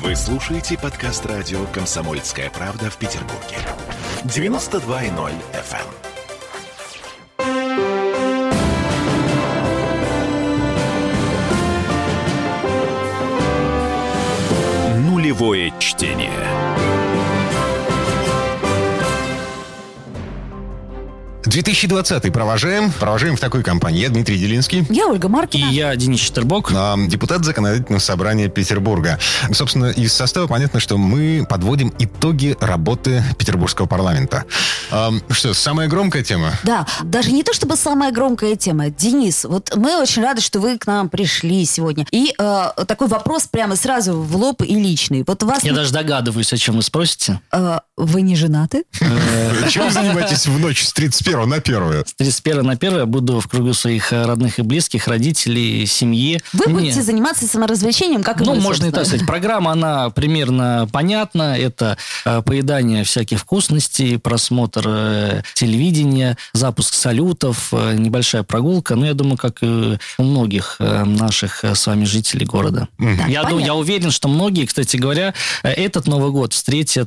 Вы слушаете подкаст радио «Комсомольская правда» в Петербурге. 92.0 FM. Нулевое чтение. «2020» провожаем в такой компании. Я Дмитрий Делинский. Я Ольга Маркина. И я Денис Четербок. Депутат Законодательного собрания Петербурга. Собственно, из состава понятно, что мы подводим итоги работы Петербургского парламента. Что, самая громкая тема? Да, даже не то чтобы самая громкая тема. Денис, вот мы очень рады, что вы к нам пришли сегодня. И такой вопрос прямо сразу в лоб и личный. Вот вас... Я даже догадываюсь, о чем вы спросите. Вы не женаты? Чем вы занимаетесь в ночь с 31 на 1? С 31 на 1 я буду в кругу своих родных и близких, родителей, семьи. Вы будете заниматься саморазвлечением, как и мы, можно и так сказать. Программа, она примерно понятна. Это поедание всяких вкусностей, просмотр телевидения, запуск салютов, небольшая прогулка. Но я думаю, как и у многих наших с вами жителей города. Я уверен, что многие, кстати говоря, этот Новый год встретят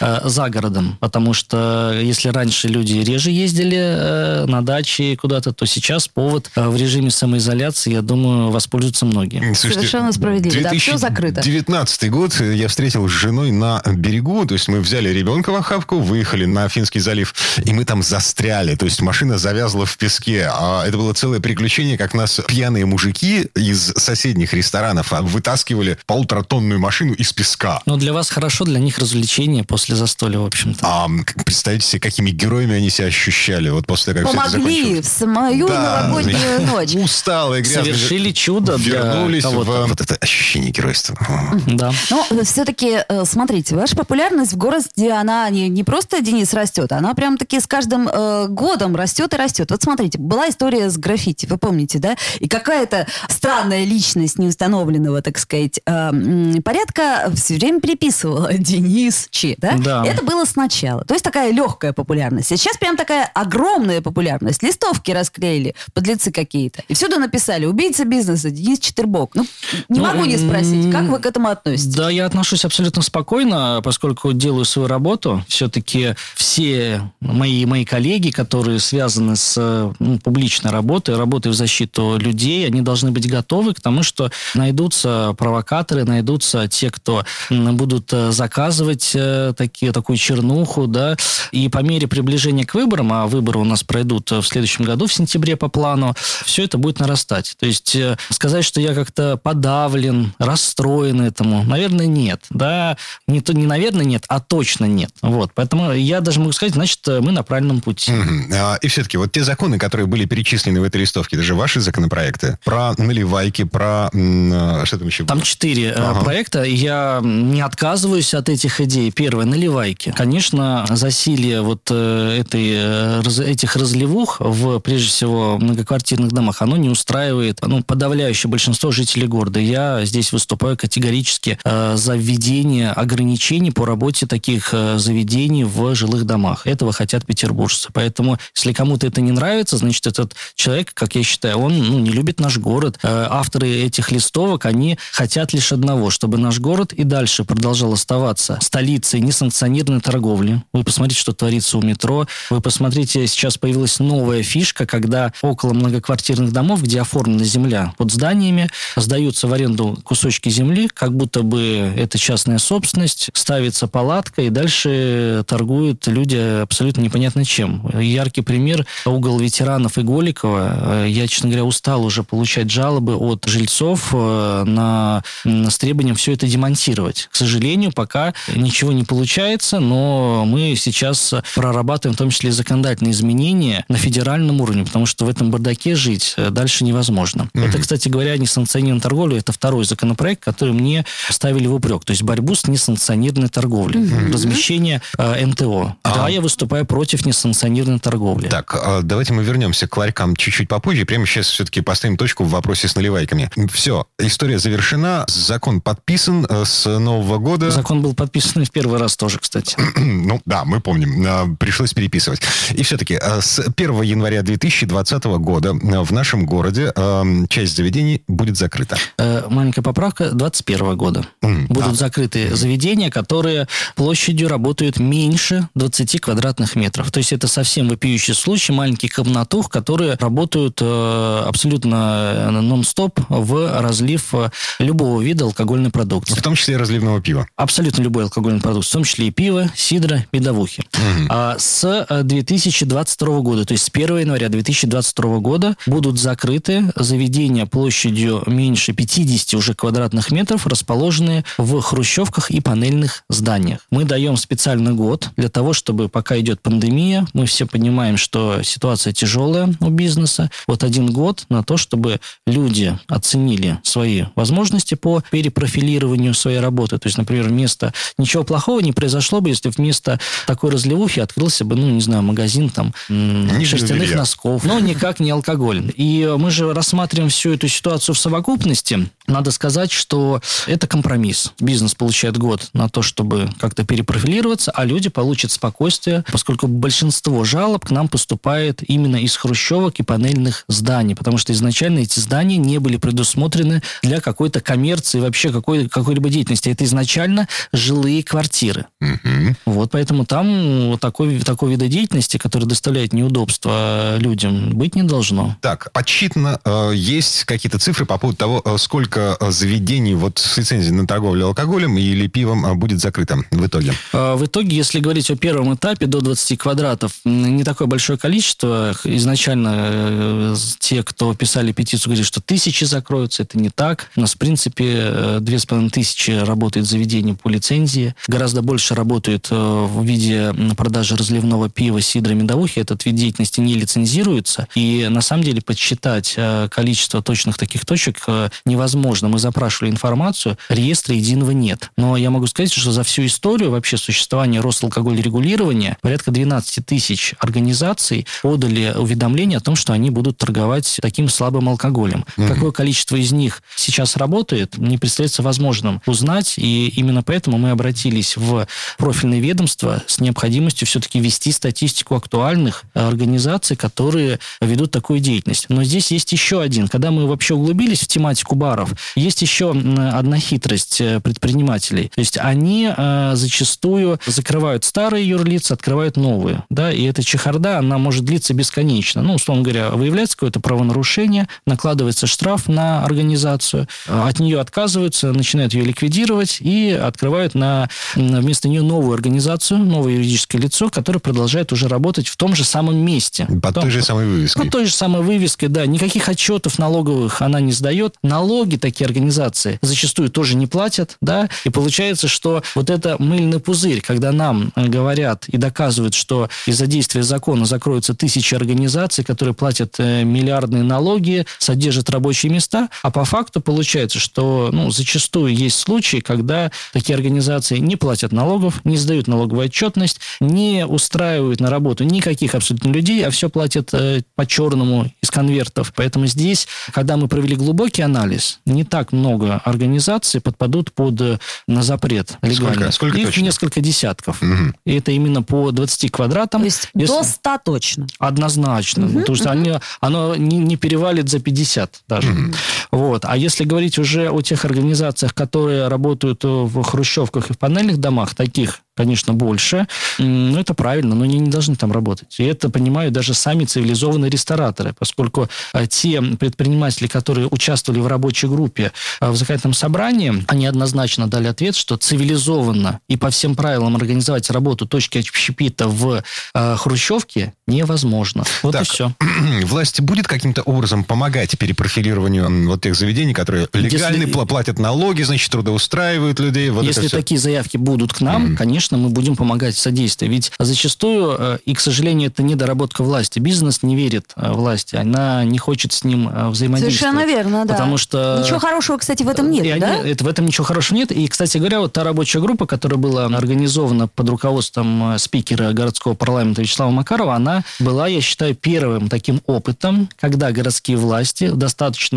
за городом. Потому что если раньше люди реже ездили на даче куда-то, то сейчас повод в режиме самоизоляции, я думаю, воспользуются многие. Слушайте, совершенно справедливо. Да, все закрыто. 2019 год я встретил с женой на берегу, то есть мы взяли ребенка в охапку, выехали на Финский залив, и мы там застряли, то есть машина завязла в песке. Это было целое приключение, как нас пьяные мужики из соседних ресторанов вытаскивали 1,5-тонную машину из песка. Но для вас хорошо, для них развлечение после застолья, в общем-то. Представьте себе, какими героями они себя ощущали вот после того, как все это Помогли закончилось. в самую новогоднюю ночь. Усталые, грязные. Совершили чудо для вернулись кого-то. вот это ощущение геройства. Да. Но все-таки, смотрите, ваша популярность в городе, она не просто, Денис, растет, она прям-таки с каждым годом растет и растет. Вот смотрите, была история с граффити, вы помните, да? И какая-то странная личность неустановленного, так сказать, порядка все время переписывала Денис Ч, да? Да. Это было сначала. То есть такая легкая популярность. А сейчас прям такая огромная популярность. Листовки расклеили, подлецы какие-то. И всюду написали: убийца бизнеса Денис Четербок. Не могу не спросить, как вы к этому относитесь? Да, я отношусь абсолютно спокойно, поскольку делаю свою работу. Все-таки все мои коллеги, которые связаны с публичной работой в защиту людей, они должны быть готовы к тому, что найдутся провокаторы, найдутся те, кто будут заказывать такую чернуху, да, и по мере приближения к выборам, а выборы у нас пройдут в следующем году, в сентябре по плану, все это будет нарастать. То есть сказать, что я как-то подавлен, расстроен этому, наверное, нет. Да, не наверное, нет, а точно нет. Вот. Поэтому я даже могу сказать, значит, мы на правильном пути. И все-таки вот те законы, которые были перечислены в этой листовке, это же ваши законопроекты? Про наливайки, про... Что там еще было? Там 4 проекта. Я не отказываюсь от этих идей. Первое, наливайки. Конечно, засилье вот этих разливух прежде всего, многоквартирных домах, оно не устраивает подавляющее большинство жителей города. Я здесь выступаю категорически за введение ограничений по работе таких заведений в жилых домах. Этого хотят петербуржцы. Поэтому, если кому-то это не нравится, значит, этот человек, как я считаю, он не любит наш город. Авторы этих листовок, они хотят лишь одного, чтобы наш город и дальше продолжал оставаться столицей несанкционированной торговли. Вы посмотрите, что творится у метро. Вы посмотрите, сейчас появилась новая фишка, когда около многоквартирных домов, где оформлена земля под зданиями, сдаются в аренду кусочки земли, как будто бы это частная собственность, ставится палатка, и дальше торгуют люди абсолютно непонятно чем. Яркий пример — угол Ветеранов и Голикова. Я, честно говоря, устал уже получать жалобы от жильцов с требованием все это демонтировать. К сожалению, пока ничего не получается, но мы сейчас прорабатываем в том числе и законодательные изменения на федеральном уровне, потому что в этом бардаке жить дальше невозможно. Это, кстати говоря, несанкционированная торговля. Это второй законопроект, который мне ставили в упрек. То есть борьбу с несанкционированной торговлей. Размещение НТО. Да, я выступаю против несанкционированной торговли. Так, давайте мы вернемся к ларькам чуть-чуть попозже. Прямо сейчас все-таки поставим точку в вопросе с наливайками. Все, история завершена, закон подписан с Нового года. Закон был подписан в первый раз тоже, к кстати. Ну, да, мы помним. Пришлось переписывать. И все-таки с 1 января 2020 года в нашем городе часть заведений будет закрыта. Маленькая поправка. 2021 года. Будут закрыты заведения, которые площадью работают меньше 20 квадратных метров. То есть это совсем вопиющий случай маленьких комнатух, которые работают абсолютно нон-стоп в разлив любого вида алкогольной продукции. В том числе разливного пива. Абсолютно любой алкогольной продукции, в том числе и пиво, сидра, медовухи. С 2022 года, то есть с 1 января 2022 года будут закрыты заведения площадью меньше 50 уже квадратных метров, расположенные в хрущевках и панельных зданиях. Мы даем специальный год для того, чтобы, пока идет пандемия, мы все понимаем, что ситуация тяжелая у бизнеса. Вот 1 год на то, чтобы люди оценили свои возможности по перепрофилированию своей работы. То есть, например, ничего плохого не произошло бы, если вместо такой разливухи открылся бы, магазин там шерстяных носков, но никак не алкоголь. И мы же рассматриваем всю эту ситуацию в совокупности. Надо сказать, что это компромисс. Бизнес получает год на то, чтобы как-то перепрофилироваться, а люди получат спокойствие, поскольку большинство жалоб к нам поступает именно из хрущевок и панельных зданий, потому что изначально эти здания не были предусмотрены для какой-то коммерции, вообще какой-либо деятельности. Это изначально жилые квартиры. Вот, поэтому там такой вид деятельности, который доставляет неудобства людям, быть не должно. Так, подсчитано, есть какие-то цифры по поводу того, сколько заведений с лицензией на торговлю алкоголем или пивом будет закрыто в итоге? В итоге, если говорить о первом этапе, до 20 квадратов, не такое большое количество. Изначально те, кто писали петицию, говорили, что 1000 закроются. Это не так. У нас, в принципе, 2500 работает заведений по лицензии. Гораздо больше работают в виде продажи разливного пива, сидра, медовухи. Этот вид деятельности не лицензируется. И, на самом деле, подсчитать количество точных таких точек невозможно. Мы запрашивали информацию, реестра единого нет. Но я могу сказать, что за всю историю вообще существования Росалкогольрегулирования порядка 12 тысяч организаций подали уведомление о том, что они будут торговать таким слабым алкоголем. Какое количество из них сейчас работает, не представляется возможным узнать, и именно поэтому мы обратились в профильное ведомство с необходимостью все-таки вести статистику актуальных организаций, которые ведут такую деятельность. Но здесь есть еще один. Когда мы вообще углубились в тематику баров, есть еще одна хитрость предпринимателей. То есть они зачастую закрывают старые юрлица, открывают новые. Да? И эта чехарда, она может длиться бесконечно. Условно говоря, выявляется какое-то правонарушение, накладывается штраф на организацию, от нее отказываются, начинают ее ликвидировать и открывают вместо нее новую организацию, новое юридическое лицо, которое продолжает уже работать в том же самом месте. Под той же самой вывеской. Под той же самой вывеской, да. Никаких отчетов налоговых она не сдает. Налоги такие организации зачастую тоже не платят, да. И получается, что вот это мыльный пузырь, когда нам говорят и доказывают, что из-за действия закона закроются 1000 организаций, которые платят миллиардные налоги, содержат рабочие места, а по факту получается, что зачастую есть случаи, когда такие организации не платят налогов, не сдают налоговую отчетность, не устраивают на работу никаких абсолютно людей, а все платят по-черному из конвертов. Поэтому здесь, когда мы провели глубокий анализ, не так много организаций подпадут на запрет легальный. Сколько их точно? Несколько десятков. И это именно по 20 квадратам. То есть до 100 точно? Однозначно. Потому что оно не перевалит за 50 даже. Вот. А если говорить уже о тех организациях, которые работают в хрущевках и в панельных домах, таких, конечно, больше. Но это правильно, но они не должны там работать. И это понимают даже сами цивилизованные рестораторы, поскольку те предприниматели, которые участвовали в рабочей группе в законодательном собрании, они однозначно дали ответ, что цивилизованно и по всем правилам организовать работу точки общепита в хрущевке невозможно. Вот так, и все. Власть будет каким-то образом помогать перепрофилированию вот тех заведений, которые легальны, платят налоги, значит, трудоустраивают людей? Вот если такие заявки будут к нам, конечно, мы будем помогать в содействии. Ведь зачастую, и, к сожалению, это недоработка власти. Бизнес не верит власти, она не хочет с ним взаимодействовать. Совершенно верно, да. Потому что... Ничего хорошего, кстати, в этом нет, да? В этом ничего хорошего нет. И, кстати говоря, вот та рабочая группа, которая была организована под руководством спикера городского парламента Вячеслава Макарова, она была, я считаю, первым таким опытом, когда городские власти в достаточно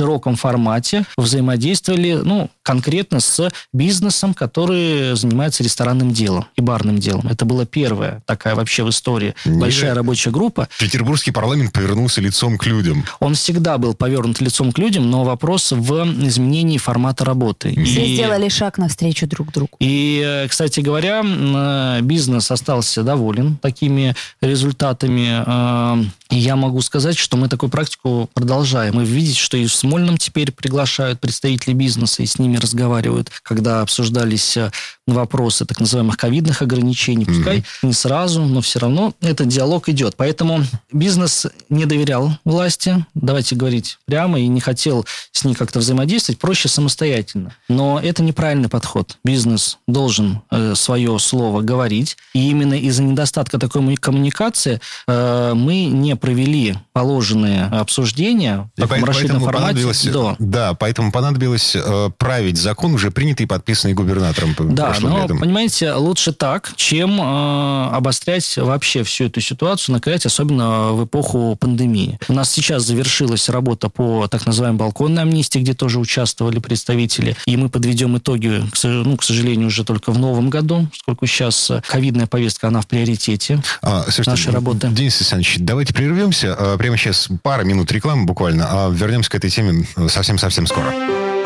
широком формате взаимодействовали, конкретно с бизнесом, который занимается ресторанным делом и барным делом. Это была первая такая вообще в истории большая рабочая группа. Петербургский парламент повернулся лицом к людям. Он всегда был повернут лицом к людям, но вопрос в изменении формата работы. Все сделали шаг навстречу друг другу. И, кстати говоря, бизнес остался доволен такими результатами. И я могу сказать, что мы такую практику продолжаем. И видите, что и в Смольном теперь приглашают представителей бизнеса и с ними разговаривают, когда обсуждались вопросы так называемых ковидных ограничений. Пускай не сразу, но все равно этот диалог идет. Поэтому бизнес не доверял власти, давайте говорить прямо, и не хотел с ней как-то взаимодействовать, проще самостоятельно. Но это неправильный подход. Бизнес должен свое слово говорить. И именно из-за недостатка такой коммуникации мы не провели положенные обсуждения в таком расширенном формате. Поэтому понадобилось править закон, уже принятый и подписанный губернатором. Да, но, понимаете, лучше так, чем обострять вообще всю эту ситуацию, накалять, особенно в эпоху пандемии. У нас сейчас завершилась работа по так называемой балконной амнистии, где тоже участвовали представители, и мы подведем итоги, к сожалению, уже только в новом году, поскольку сейчас ковидная повестка, она в приоритете нашей работы. Денис Александрович, давайте прервемся. Прямо сейчас пара минут рекламы буквально, а вернемся к этой теме совсем-совсем скоро.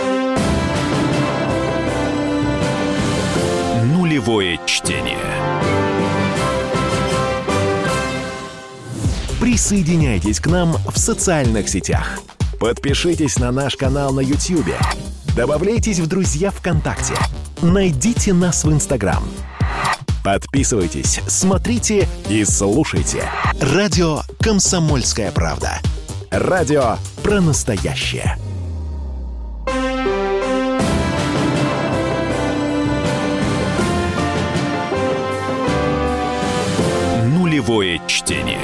Нулевое чтение. Присоединяйтесь к нам в социальных сетях. Подпишитесь на наш канал на YouTube. Добавляйтесь в друзья ВКонтакте. Найдите нас в Инстаграм. Подписывайтесь, смотрите и слушайте. Радио «Комсомольская правда». Радио про настоящее. Нулевое чтение.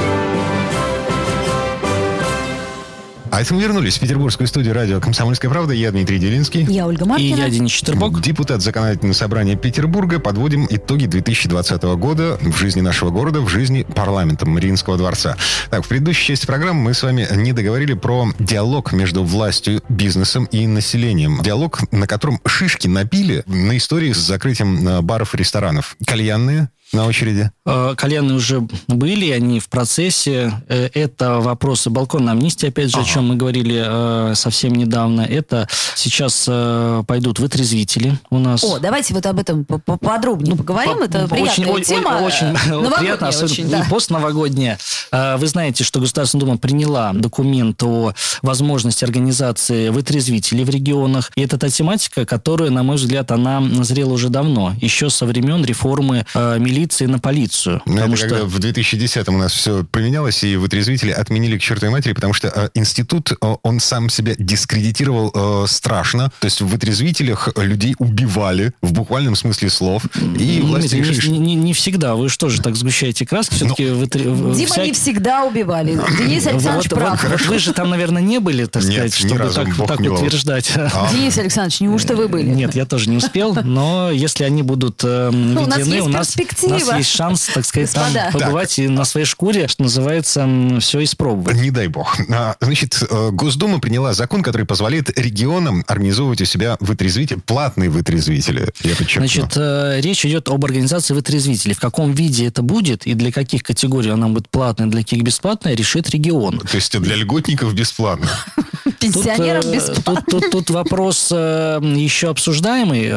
А это мы вернулись в петербургскую студию радио «Комсомольская правда». Я Дмитрий Делинский. Я Ольга Маркина. И я Денис Четербок. Депутат Законодательного собрания Петербурга. Подводим итоги 2020 года в жизни нашего города, в жизни парламента Мариинского дворца. Так, в предыдущей части программы мы с вами не договорили про диалог между властью, бизнесом и населением. Диалог, на котором шишки напили на истории с закрытием баров и ресторанов. Кальянные на очереди? Кальянные уже были, они в процессе. Это вопросы балконной амнистии, опять же, о чем мы говорили совсем недавно. Это сейчас пойдут вытрезвители у нас. Давайте вот об этом поподробнее поговорим. Это приятная тема. Очень приятно, особенно постновогодняя. Вы знаете, что Государственная Дума приняла документ о возможности организации вытрезвителей в регионах. И это та тематика, которая, на мой взгляд, она назрела уже давно. Еще со времен реформы милиции на полицию. Это что... когда в 2010-м у нас все поменялось, и вытрезвители отменили к чертовой матери, потому что институт, он сам себя дискредитировал страшно. То есть в вытрезвителях людей убивали в буквальном смысле слов. И власти решили, что... не всегда. Вы что же так сгущаете краски? Все-таки Дима, не всегда убивали. Денис Александрович прав. Вы же там, наверное, не были, так сказать, чтобы так утверждать. Денис Александрович, неужто вы были? Нет, я тоже не успел, но если они будут введены, у нас есть шанс, так сказать, там побывать и на своей шкуре, что называется, все испробовать. Не дай бог. Значит, Госдума приняла закон, который позволяет регионам организовывать у себя вытрезвители, платные вытрезвители. Я подчеркну. Значит, речь идет об организации вытрезвителей. В каком виде это будет и для каких категорий она будет платная, для каких бесплатная, решит регион. То есть для льготников бесплатно. Пенсионерам бесплатно. Тут вопрос еще обсуждаемый.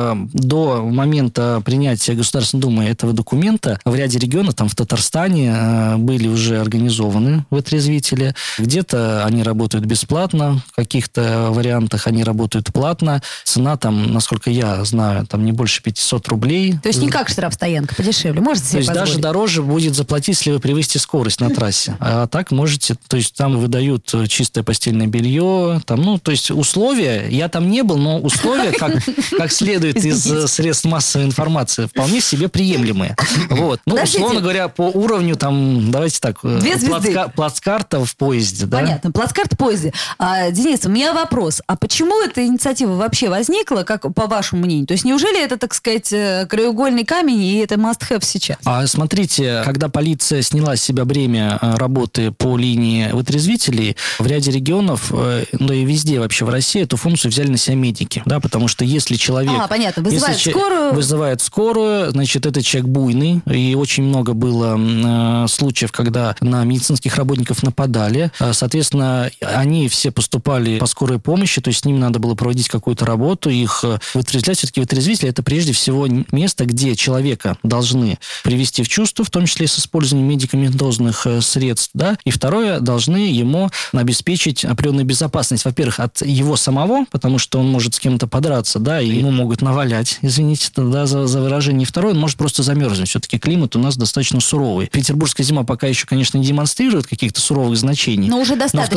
До момента принятия Государственной Думы этого документа в ряде регионов, там в Татарстане, были уже организованы вытрезвители. Где-то они работают бесплатно, в каких-то вариантах они работают платно. Цена там, насколько я знаю, там не больше 500 рублей. То есть не как штрафстоянка, подешевле. Можете себе позволить? То есть даже дороже будет заплатить, если вы превысите скорость на трассе. А так можете, то есть там выдают чистое постельное белье, там, то есть условия, я там не был, но условия, как следует из средств массовой информации, вполне себе приемлемые. Вот. Условно говоря, по уровню, там, давайте так, плацкарта в поезде. Понятно, плацкарт в поезде. Денис, у меня вопрос. А почему эта инициатива вообще возникла, как по вашему мнению? То есть неужели это, так сказать, краеугольный камень, и это must-have сейчас? Смотрите, когда полиция сняла с себя бремя работы по линии вытрезвителей, в ряде регионов да и везде вообще в России эту функцию взяли на себя медики, да, потому что если человек... понятно, вызывает скорую, значит, этот человек буйный, и очень много было случаев, когда на медицинских работников нападали, соответственно, они все поступали по скорой помощи, то есть с ними надо было проводить какую-то работу, их вытрезвлять. Все-таки вытрезвитель – это прежде всего место, где человека должны привести в чувство, в том числе с использованием медикаментозных средств, да, и второе, должны ему обеспечить определенную безопасность, во-первых, от его самого, потому что он может с кем-то подраться, да, и ему могут навалять, извините, да, за выражение. И второе, он может просто замерзнуть. Все-таки климат у нас достаточно суровый. Петербургская зима пока еще, конечно, не демонстрирует каких-то суровых значений. Но уже достаточно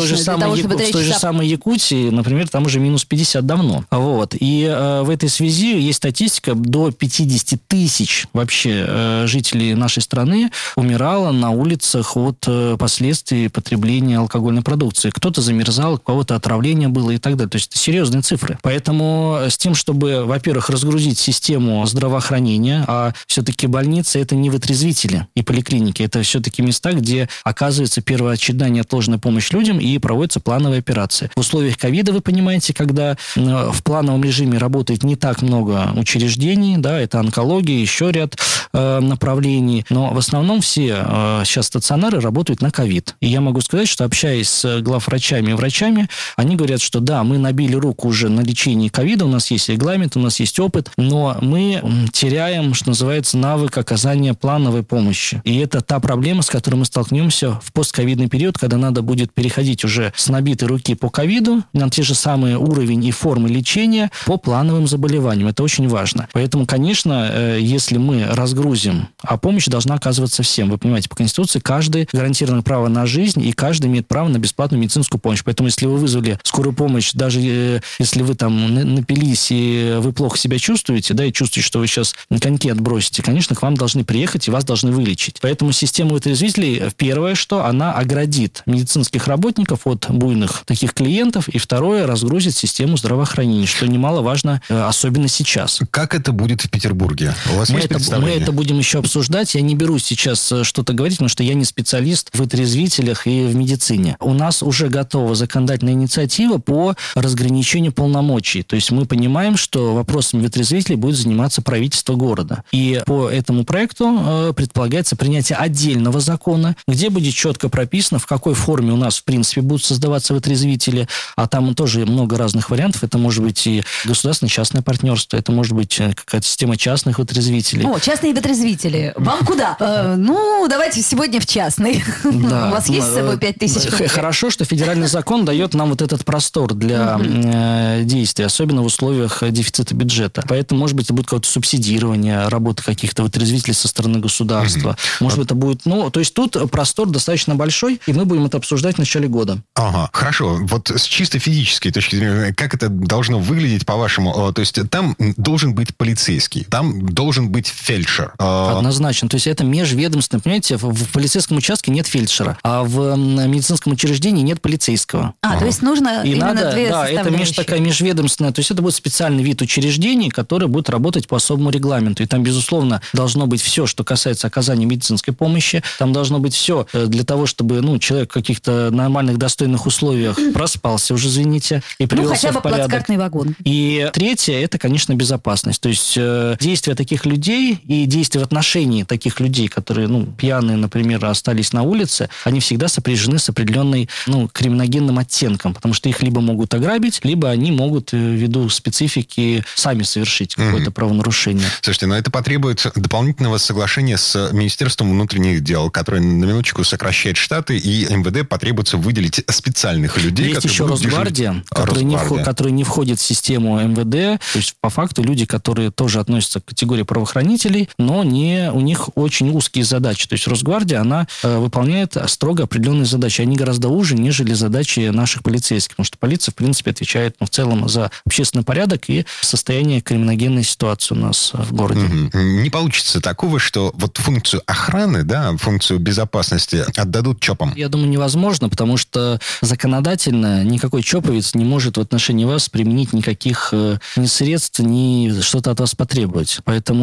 в той же самой Якутии, например, там уже минус 50 давно. Вот. И в этой связи есть статистика, до 50 тысяч вообще жителей нашей страны умирало на улицах от последствий потребления алкогольной продукции. Кто-то замерзал, у кого-то отравление было и так далее. То есть это серьезные цифры. Поэтому с тем, чтобы, во-первых, разгрузить систему здравоохранения, а все-таки больницы – это не вытрезвители и поликлиники, это все-таки места, где оказывается первоочередная неотложная помощь людям и проводятся плановые операции. В условиях ковида, вы понимаете, когда в плановом режиме работает не так много учреждений, да, это онкология, еще ряд направлений, но в основном все сейчас стационары работают на ковид. И я могу сказать, что общаясь с главврачами и врачами, они говорят, что да, мы набили руку уже на лечении ковида, у нас есть регламент, у нас есть опыт, но мы теряем, что называется, навык оказания плановой помощи. И это та проблема, с которой мы столкнемся в постковидный период, когда надо будет переходить уже с набитой руки по ковиду на те же самые уровень и формы лечения по плановым заболеваниям. Это очень важно. Поэтому, конечно, если мы разгрузим, а помощь должна оказываться всем. Вы понимаете, по Конституции каждый гарантировано право на жизнь, и каждый имеет право на бесплатную медицинскую помощь. Поэтому, если вы вызвали скорую помощь, даже если вы там напились и вы плохо себя чувствуете, да, и чувствуете, что вы сейчас коньки отбросите, конечно, к вам должны приехать и вас должны вылечить. Поэтому система вытрезвителей, первое, что она оградит медицинских работников от буйных таких клиентов, и второе, разгрузит систему здравоохранения, что немаловажно, особенно сейчас. Как это будет в Петербурге? У вас есть представление? Мы это будем еще обсуждать. Я не берусь сейчас что-то говорить, потому что я не специалист в вытрезвителях и в медицине. У нас уже готова законодательная инициатива по разграничению полномочий. То есть мы понимаем, что вопросами вытрезвителей будет заниматься правительство города. И по этому проекту предполагается принятие отдельного закона, где будет четко прописано, в какой форме у нас, в принципе, будут создаваться вытрезвители. А там тоже много разных вариантов. Это может быть и государственно-частное партнерство, это может быть какая-то система частных вытрезвителей. О, частные вытрезвители. Вам куда? Давайте сегодня в частный. Да. У вас есть с собой 5000 рублей? Хорошо, что федеральный закон дает нам вот этот простор для действий, особенно в условиях дефицита бюджета. Поэтому, может быть, это будет какое-то субсидирование работы каких-то вытрезвителей со стороны государства. Может быть, это будет... то есть тут простор достаточно большой, и мы будем это обсуждать в начале года. Ага, хорошо. Вот с чисто физической точки зрения, как это должно выглядеть, по-вашему? То есть там должен быть полицейский, там должен быть фельдшер. Однозначно. То есть это межведомственно. Понимаете, в полицейском участке нет фельдшера, а в медицинском учреждении нет полицейского. То есть нужно именно две составляющие. Это такая межведомственная. То есть это будет специальный вид учреждений, который будет работать по особому регламенту. И там, безусловно, должно быть все, что касается оказания медицинской помощи. Там должно быть все для того, чтобы человек в каких-то нормальных, достойных условиях проспался уже, извините, и привелся в порядок. Хотя бы плацкартный вагон. И третье, это, конечно, безопасность. То есть действия таких людей и действия в отношении таких людей, которые, пьяные, например, остались на улице, они всегда сопряжены с определенной, криминогенным оттенком, потому что их либо могут ограбить, либо они могут, ввиду специфики, сами совершить какое-то правонарушение. Слушайте, но это потребует дополнительного соглашения с Министерством внутренних дел, которое на минуточку сокращает штаты, и МВД потребуется выделить специальных людей, есть еще Росгвардия, которая не входит в систему МВД. То есть, по факту, люди, которые тоже относятся к категории правоохранителей, но у них очень узкие задачи. То есть Росгвардия, она выполняет строго определенные задачи. Они гораздо уже, нежели задачи наших полицейских. Потому что полиция, в принципе, отвечает в целом за общественный порядок и состояние криминогенной ситуации у нас в городе. Не получится такого, что вот функцию охраны, функцию безопасности отдадут ЧОПам? Я думаю, невозможно, потому что законодательно никакой ЧОПовец не может в отношении вас применить никаких ни средств, ни что-то от вас потребовать.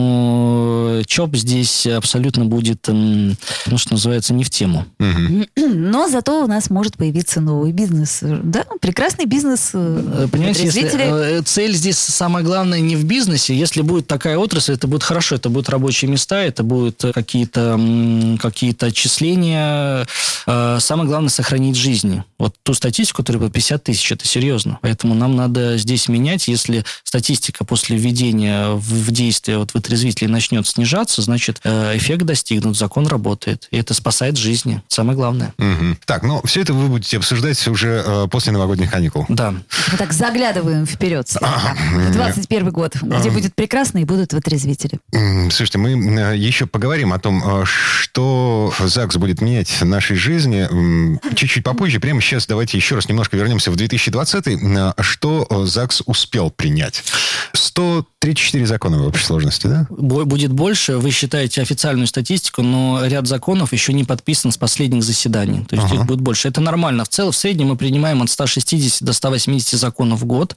Поэтому ЧОП здесь абсолютно будет, что называется, не в тему. Но зато у нас может появиться новый бизнес. бизнес. Да, прекрасный бизнес. Понимаете, если цель здесь самое главное не в бизнесе. Если будет такая отрасль, это будет хорошо. Это будут рабочие места, это будут какие-то отчисления. Самое главное сохранить жизни. Вот ту статистику, которая была 50 тысяч, это серьезно. Поэтому нам надо здесь менять. Если статистика после введения в действие в отрезвителей начнет снижаться, значит, эффект достигнут, закон работает. И это спасает жизни. Самое главное. Угу. Так, все это вы будете обсуждать уже после новогодних каникул. Да. Мы так заглядываем вперед. В 21 год, где будет прекрасно и будут отрезвители. Слушайте, мы еще поговорим о том, что ЗАГС будет менять в нашей жизни чуть-чуть попозже. Прямо сейчас давайте еще раз немножко вернемся в 2020. Что ЗАГС успел принять? 134 закона в общей сложности, да? Будет больше. Вы считаете официальную статистику, но ряд законов еще не подписан с последних заседаний. То есть их будет больше. Это нормально. В среднем мы принимаем от 160 до 180 законов в год.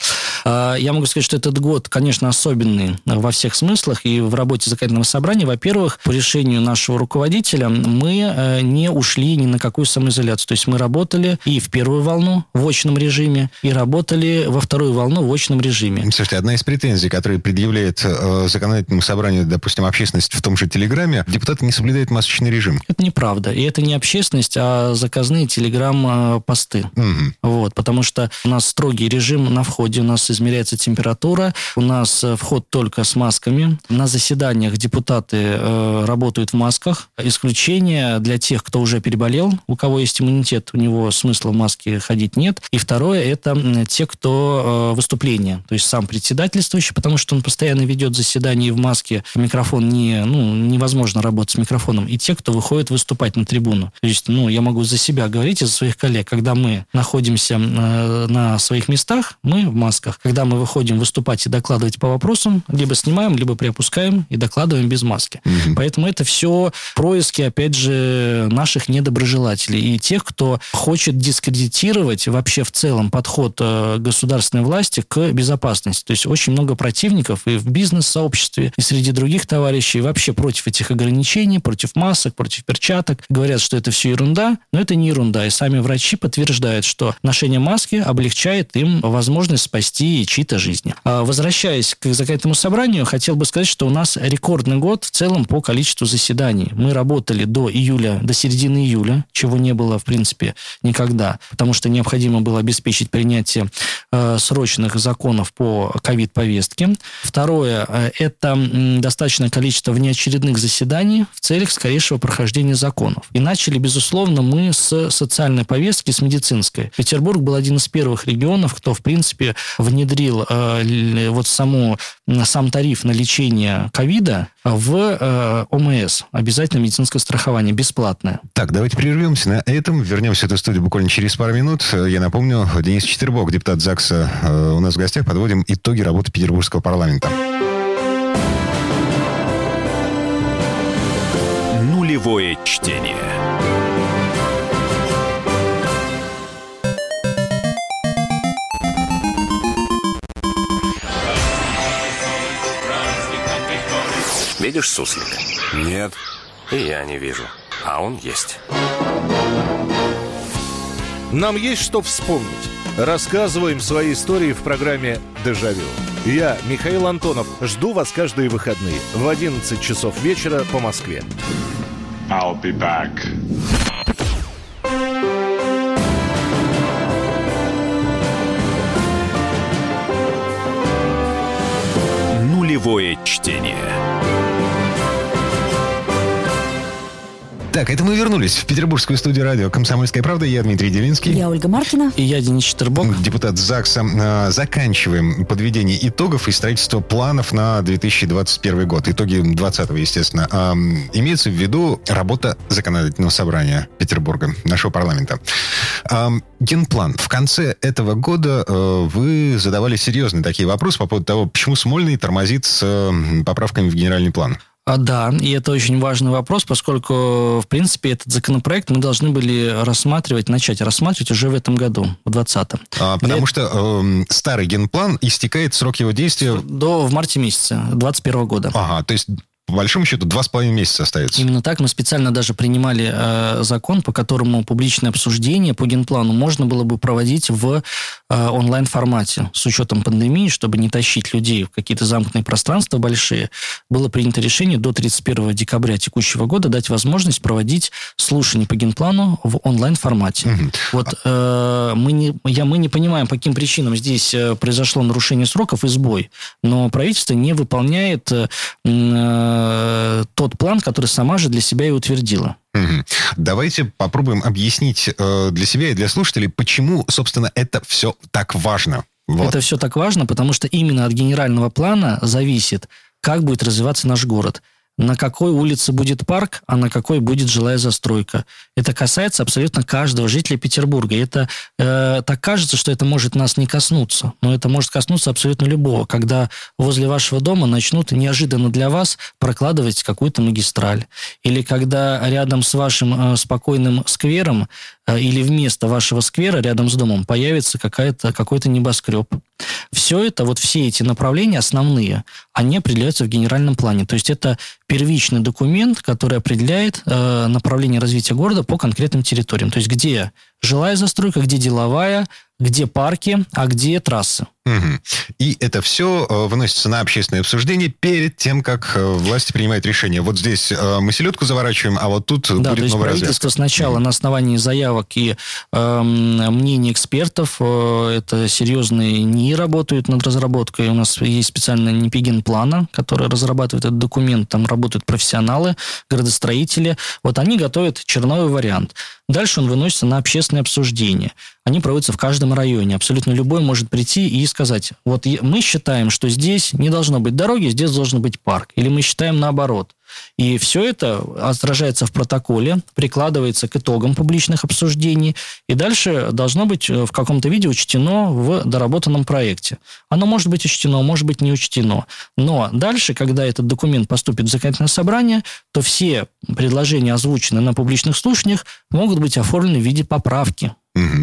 Я могу сказать, что этот год, конечно, особенный во всех смыслах. И в работе законодательного собрания, во-первых, по решению нашего руководителя мы не ушли ни на какую самоизоляцию. То есть мы работали и в первую волну в очном режиме, и работали во вторую волну в очном режиме. Слушайте, одна из претензий, которые предъявляет законодательному собранию, допустим, общественность в том же Телеграме, депутаты не соблюдают масочный режим. Это неправда. И это не общественность, а заказные телеграм-посты. Вот, потому что у нас строгий режим на входе, у нас измеряется температура, у нас вход только с масками. На заседаниях депутаты работают в масках. Исключение для тех, кто уже переболел, у кого есть иммунитет, у него смысла в маске ходить нет. И второе, это те, кто выступление, то есть сам председательствующий, потому что он постоянно ведет заседание в маске, микрофон невозможно работать с микрофоном, и те, кто выходит выступать на трибуну. То есть, я могу за себя говорить и за своих коллег, когда мы находимся на своих местах, мы в масках. Когда мы выходим выступать и докладывать по вопросам, либо снимаем, либо приопускаем и докладываем без маски. Поэтому это все происки, опять же, наших недоброжелателей и тех, кто хочет дискредитировать вообще в целом подход государственной власти к безопасности. То есть очень много противников и в бизнес-сообществе, и среди других товарищей вообще против этих ограничений, против масок, против перчаток. Говорят, что это все ерунда, но это не ерунда. И сами врачи подтверждают, что ношение маски облегчает им возможность спасти чьи-то жизни. Возвращаясь к законодательному собранию, хотел бы сказать, что у нас рекордный год в целом по количеству заседаний. Мы работали до середины июля, чего не было, в принципе, никогда, потому что необходимо было обеспечить принятие срочных законов по ковид-повестке. Второе, это достаточное количество внеочередных заседаний в целях скорейшего прохождения законов. И начали, безусловно, мы с социальной повестки, с медицинской. Петербург был один из первых регионов, кто, в принципе, внедрил сам тариф на лечение ковида в ОМС. Обязательно медицинское страхование, бесплатное. Так, давайте прервемся на этом. Вернемся в эту студию буквально через пару минут. Я напомню, Денис Четербок, депутат ЗАГСа, у нас в гостях. Подводим итоги работы Петербургского парламента. Нулевое чтение. Видишь суслика? Нет. И я не вижу. А он есть. Нам есть что вспомнить. Рассказываем свои истории в программе «Дежавю». Я, Михаил Антонов, жду вас каждые выходные в 11 часов вечера по Москве. I'll be back. Нулевое чтение. Так, это мы вернулись в петербургскую студию радио «Комсомольская правда». Я Дмитрий Делинский. Я Ольга Маркина. И я Денис Четербок. Депутат ЗАГСа. Заканчиваем подведение итогов и строительство планов на 2021 год. Итоги 2020, естественно. Имеется в виду работа законодательного собрания Петербурга, нашего парламента. Генплан. В конце этого года вы задавали серьезные такие вопросы по поводу того, почему Смольный тормозит с поправками в генеральный план. Да, и это очень важный вопрос, поскольку, в принципе, этот законопроект мы должны были начать рассматривать уже в этом году, в 2020. Потому что старый генплан истекает срок его действия... В марте месяце 2021 года. Ага, то есть по большому счету 2,5 месяца остается. Именно так. Мы специально даже принимали закон, по которому публичное обсуждение по генплану можно было бы проводить в онлайн-формате с учетом пандемии, чтобы не тащить людей в какие-то замкнутые пространства большие. Было принято решение до 31 декабря текущего года дать возможность проводить слушания по генплану в онлайн-формате. Вот мы не понимаем, по каким причинам здесь произошло нарушение сроков и сбой, но правительство не выполняет тот план, который сама же для себя и утвердила. Давайте попробуем объяснить для себя и для слушателей, почему, собственно, это все так важно. Вот. Это все так важно, потому что именно от генерального плана зависит, как будет развиваться наш город. На какой улице будет парк, а на какой будет жилая застройка. Это касается абсолютно каждого жителя Петербурга. И это так кажется, что это может нас не коснуться. Но это может коснуться абсолютно любого. Когда возле вашего дома начнут неожиданно для вас прокладывать какую-то магистраль. Или когда рядом с вашим спокойным сквером или вместо вашего сквера рядом с домом появится какой-то небоскреб. Все это, вот все эти направления основные, они определяются в генеральном плане. То есть это первичный документ, который определяет направление развития города по конкретным территориям. То есть где жилая застройка, где деловая, где парки, а где трассы. И это все выносится на общественное обсуждение перед тем, как власти принимают решение. Вот здесь мы селедку заворачиваем, а вот тут будет новая развязка. То есть правительство сначала на основании заявок и мнений экспертов, это серьезные НИИ работают над разработкой. У нас есть специальная НИПИ генплана, которая разрабатывает этот документ. Там работают профессионалы, градостроители. Вот они готовят черновой вариант. Дальше он выносится на общественное обсуждение. Они проводятся в каждом районе. Абсолютно любой может прийти и сказать, вот мы считаем, что здесь не должно быть дороги, здесь должен быть парк. Или мы считаем наоборот. И все это отражается в протоколе, прикладывается к итогам публичных обсуждений, и дальше должно быть в каком-то виде учтено в доработанном проекте. Оно может быть учтено, может быть не учтено. Но дальше, когда этот документ поступит в законодательное собрание, то все предложения, озвученные на публичных слушаниях, могут быть оформлены в виде поправки.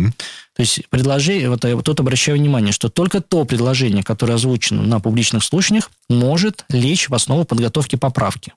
То есть предложение, вот тут обращаю внимание, что только то предложение, которое озвучено на публичных слушаниях, может лечь в основу подготовки поправки.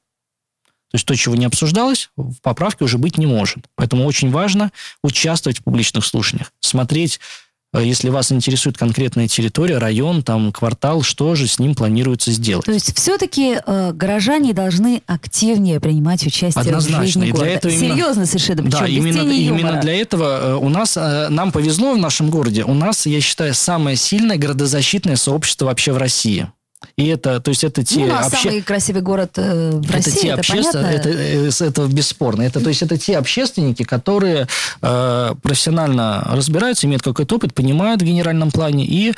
То есть то, чего не обсуждалось, в поправке уже быть не может. Поэтому очень важно участвовать в публичных слушаниях, смотреть, если вас интересует конкретная территория, район, там, квартал, что же с ним планируется сделать. То есть все-таки горожане должны активнее принимать участие однозначно. В жизни и города. Для этого Серьезно совершенно, причем да, без тени юмора. именно для этого нам повезло в нашем городе. У нас, я считаю, самое сильное городозащитное сообщество вообще в России. И это, то есть это те... у нас самый красивый город в России, это понятно? Это бесспорно. То есть это те общественники, которые профессионально разбираются, имеют какой-то опыт, понимают в генеральном плане, и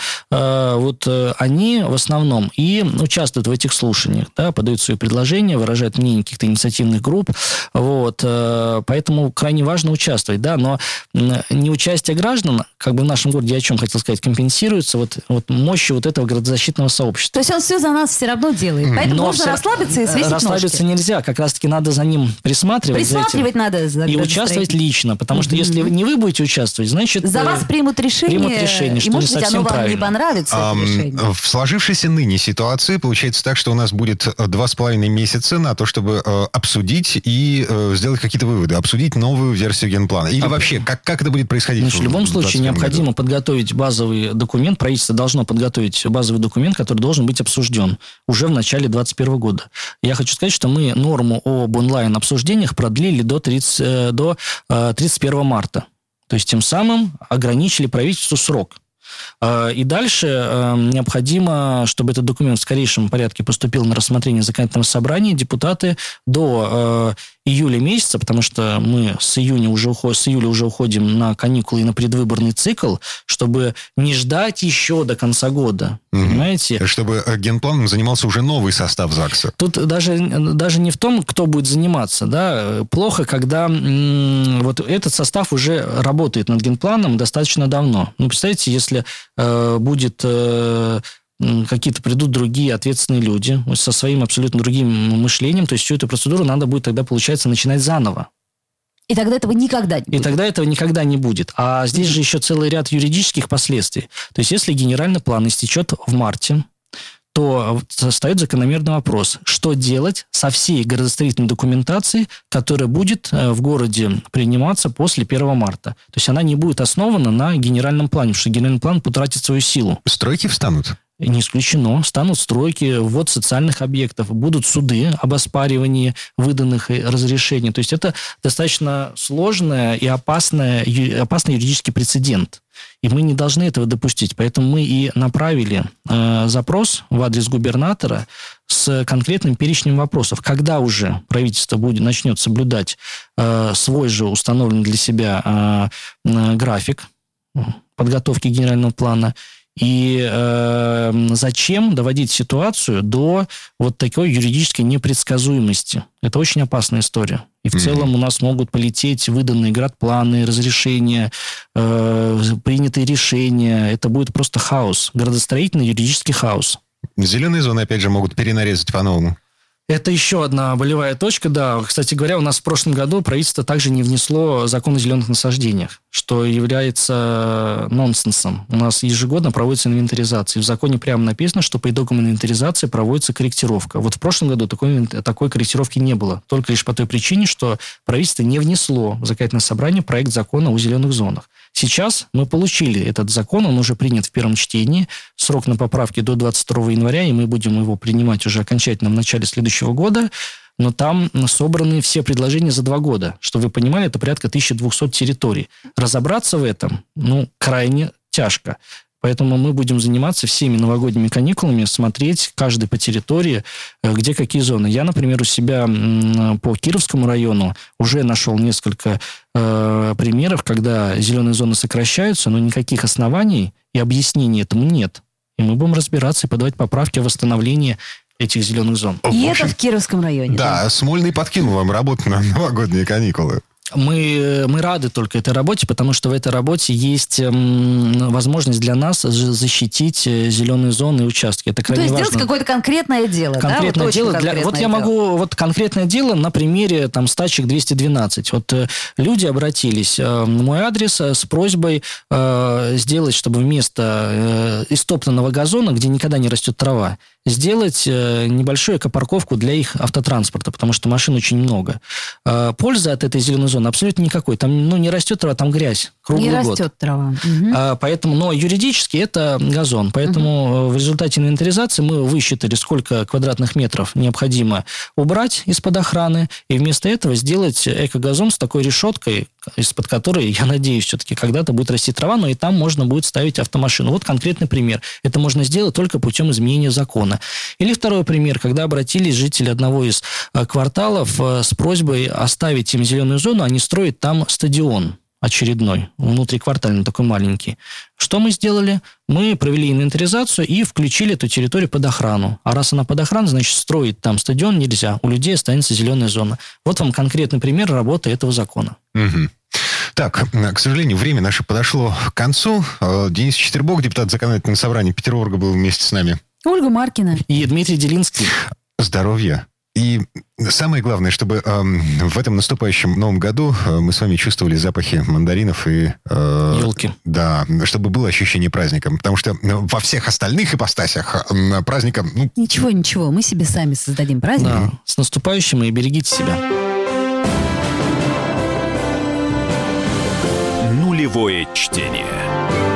вот они в основном и участвуют в этих слушаниях, да, подают свои предложения, выражают мнение каких-то инициативных групп. Вот, поэтому крайне важно участвовать. Да, но неучастие граждан, как бы в нашем городе, я о чем хотел сказать, компенсируется вот мощью вот этого городозащитного сообщества. То есть он все за нас все равно делает. Поэтому можно расслабиться и свесить расслабиться ножки. Нельзя. Как раз-таки надо за ним присматривать. Присматривать надо. И участвовать лично. Потому что если не вы будете участвовать, значит... За вас примут решение, что и, может не быть, совсем оно правильно. вам не понравится, это решение. В сложившейся ныне ситуации получается так, что у нас будет 2,5 месяца на то, чтобы обсудить и сделать какие-то выводы. Обсудить новую версию генплана. Или вообще, как это будет происходить? Значит, в любом случае необходимо подготовить базовый документ. Правительство должно подготовить базовый документ, который должен быть обсужден уже в начале 2021 года. Я хочу сказать, что мы норму об онлайн-обсуждениях продлили до 31 марта. То есть, тем самым ограничили правительству срок. И дальше необходимо, чтобы этот документ в скорейшем порядке поступил на рассмотрение законодательного собрания, депутаты до июля месяца, потому что мы с июля уже уходим на каникулы и на предвыборный цикл, чтобы не ждать еще до конца года. Понимаете? Чтобы генпланом занимался уже новый состав ЗАГСа. Тут даже не в том, кто будет заниматься. Да? Плохо, когда вот этот состав уже работает над генпланом достаточно давно. Ну, представьте, если придут другие ответственные люди со своим абсолютно другим мышлением, то есть всю эту процедуру надо будет тогда, получается, начинать заново. И тогда этого никогда не будет. И тогда этого никогда не будет. А здесь же еще целый ряд юридических последствий. То есть если генеральный план истечет в марте, то встает закономерный вопрос, что делать со всей градостроительной документацией, которая будет в городе приниматься после 1 марта. То есть она не будет основана на генеральном плане, потому что генеральный план потратит свою силу. Стройки встанут? Не исключено. Станут стройки, ввод социальных объектов, будут суды об оспаривании выданных разрешений. То есть это достаточно сложный и опасный юридический прецедент. И мы не должны этого допустить. Поэтому мы и направили запрос в адрес губернатора с конкретным перечнем вопросов. Когда уже правительство начнет соблюдать свой же установленный для себя график подготовки генерального плана, и зачем доводить ситуацию до вот такой юридической непредсказуемости? Это очень опасная история. И в целом у нас могут полететь выданные градпланы, разрешения, принятые решения. Это будет просто хаос, градостроительный юридический хаос. Зеленые зоны, опять же, могут перенарезать по-новому. Это еще одна болевая точка, да. Кстати говоря, у нас в прошлом году правительство также не внесло закон о зеленых насаждениях, что является нонсенсом. У нас ежегодно проводится инвентаризация. В законе прямо написано, что по итогам инвентаризации проводится корректировка. Вот в прошлом году такой корректировки не было. Только лишь по той причине, что правительство не внесло в законодательное собрание проект закона о зеленых зонах. Сейчас мы получили этот закон, он уже принят в первом чтении. Срок на поправки до 22 января, и мы будем его принимать уже окончательно в начале следующего года. Но там собраны все предложения за 2 года. Чтобы вы понимали, это порядка 1200 территорий. Разобраться в этом, крайне тяжко. Поэтому мы будем заниматься всеми новогодними каникулами, смотреть каждый по территории, где какие зоны. Я, например, у себя по Кировскому району уже нашел несколько примеров, когда зеленые зоны сокращаются, но никаких оснований и объяснений этому нет. И мы будем разбираться и подавать поправки о восстановлении этих зеленых зон. И это в Кировском районе. Да, Смольный подкинул вам работу на новогодние каникулы. Мы рады только этой работе, потому что в этой работе есть возможность для нас защитить зеленые зоны и участки. Это крайне важно. То есть сделать какое-то конкретное дело, конкретное дело. Я могу конкретное дело на примере стачек 212. Люди обратились в мой адрес с просьбой сделать, чтобы вместо истоптанного газона, где никогда не растет трава, сделать небольшую экопарковку для их автотранспорта, потому что машин очень много. Пользы от этой зеленой зоны абсолютно никакой. Там не растет трава, там грязь круглый год. Не растет трава. Угу. Поэтому, но юридически это газон. Поэтому в результате инвентаризации мы высчитали, сколько квадратных метров необходимо убрать из-под охраны, и вместо этого сделать экогазон с такой решеткой, из-под которой, я надеюсь, все-таки когда-то будет расти трава, но и там можно будет ставить автомашину. Вот конкретный пример. Это можно сделать только путем изменения закона. Или второй пример, когда обратились жители одного из кварталов с просьбой оставить им зеленую зону, а не строить там стадион очередной, внутриквартальный, такой маленький. Что мы сделали? Мы провели инвентаризацию и включили эту территорию под охрану. А раз она под охраной, значит, строить там стадион нельзя. У людей останется зеленая зона. Вот вам конкретный пример работы этого закона. Угу. Так, к сожалению, время наше подошло к концу. Денис Четербок, депутат Законодательного собрания Петербурга, был вместе с нами. Ольга Маркина. И Дмитрий Делинский. Здоровья. И самое главное, чтобы в этом наступающем новом году мы с вами чувствовали запахи мандаринов и... елки. Да, чтобы было ощущение праздника. Потому что во всех остальных ипостасях праздника... Ничего, мы себе сами создадим праздник. Да, с наступающим и берегите себя. Нулевое чтение.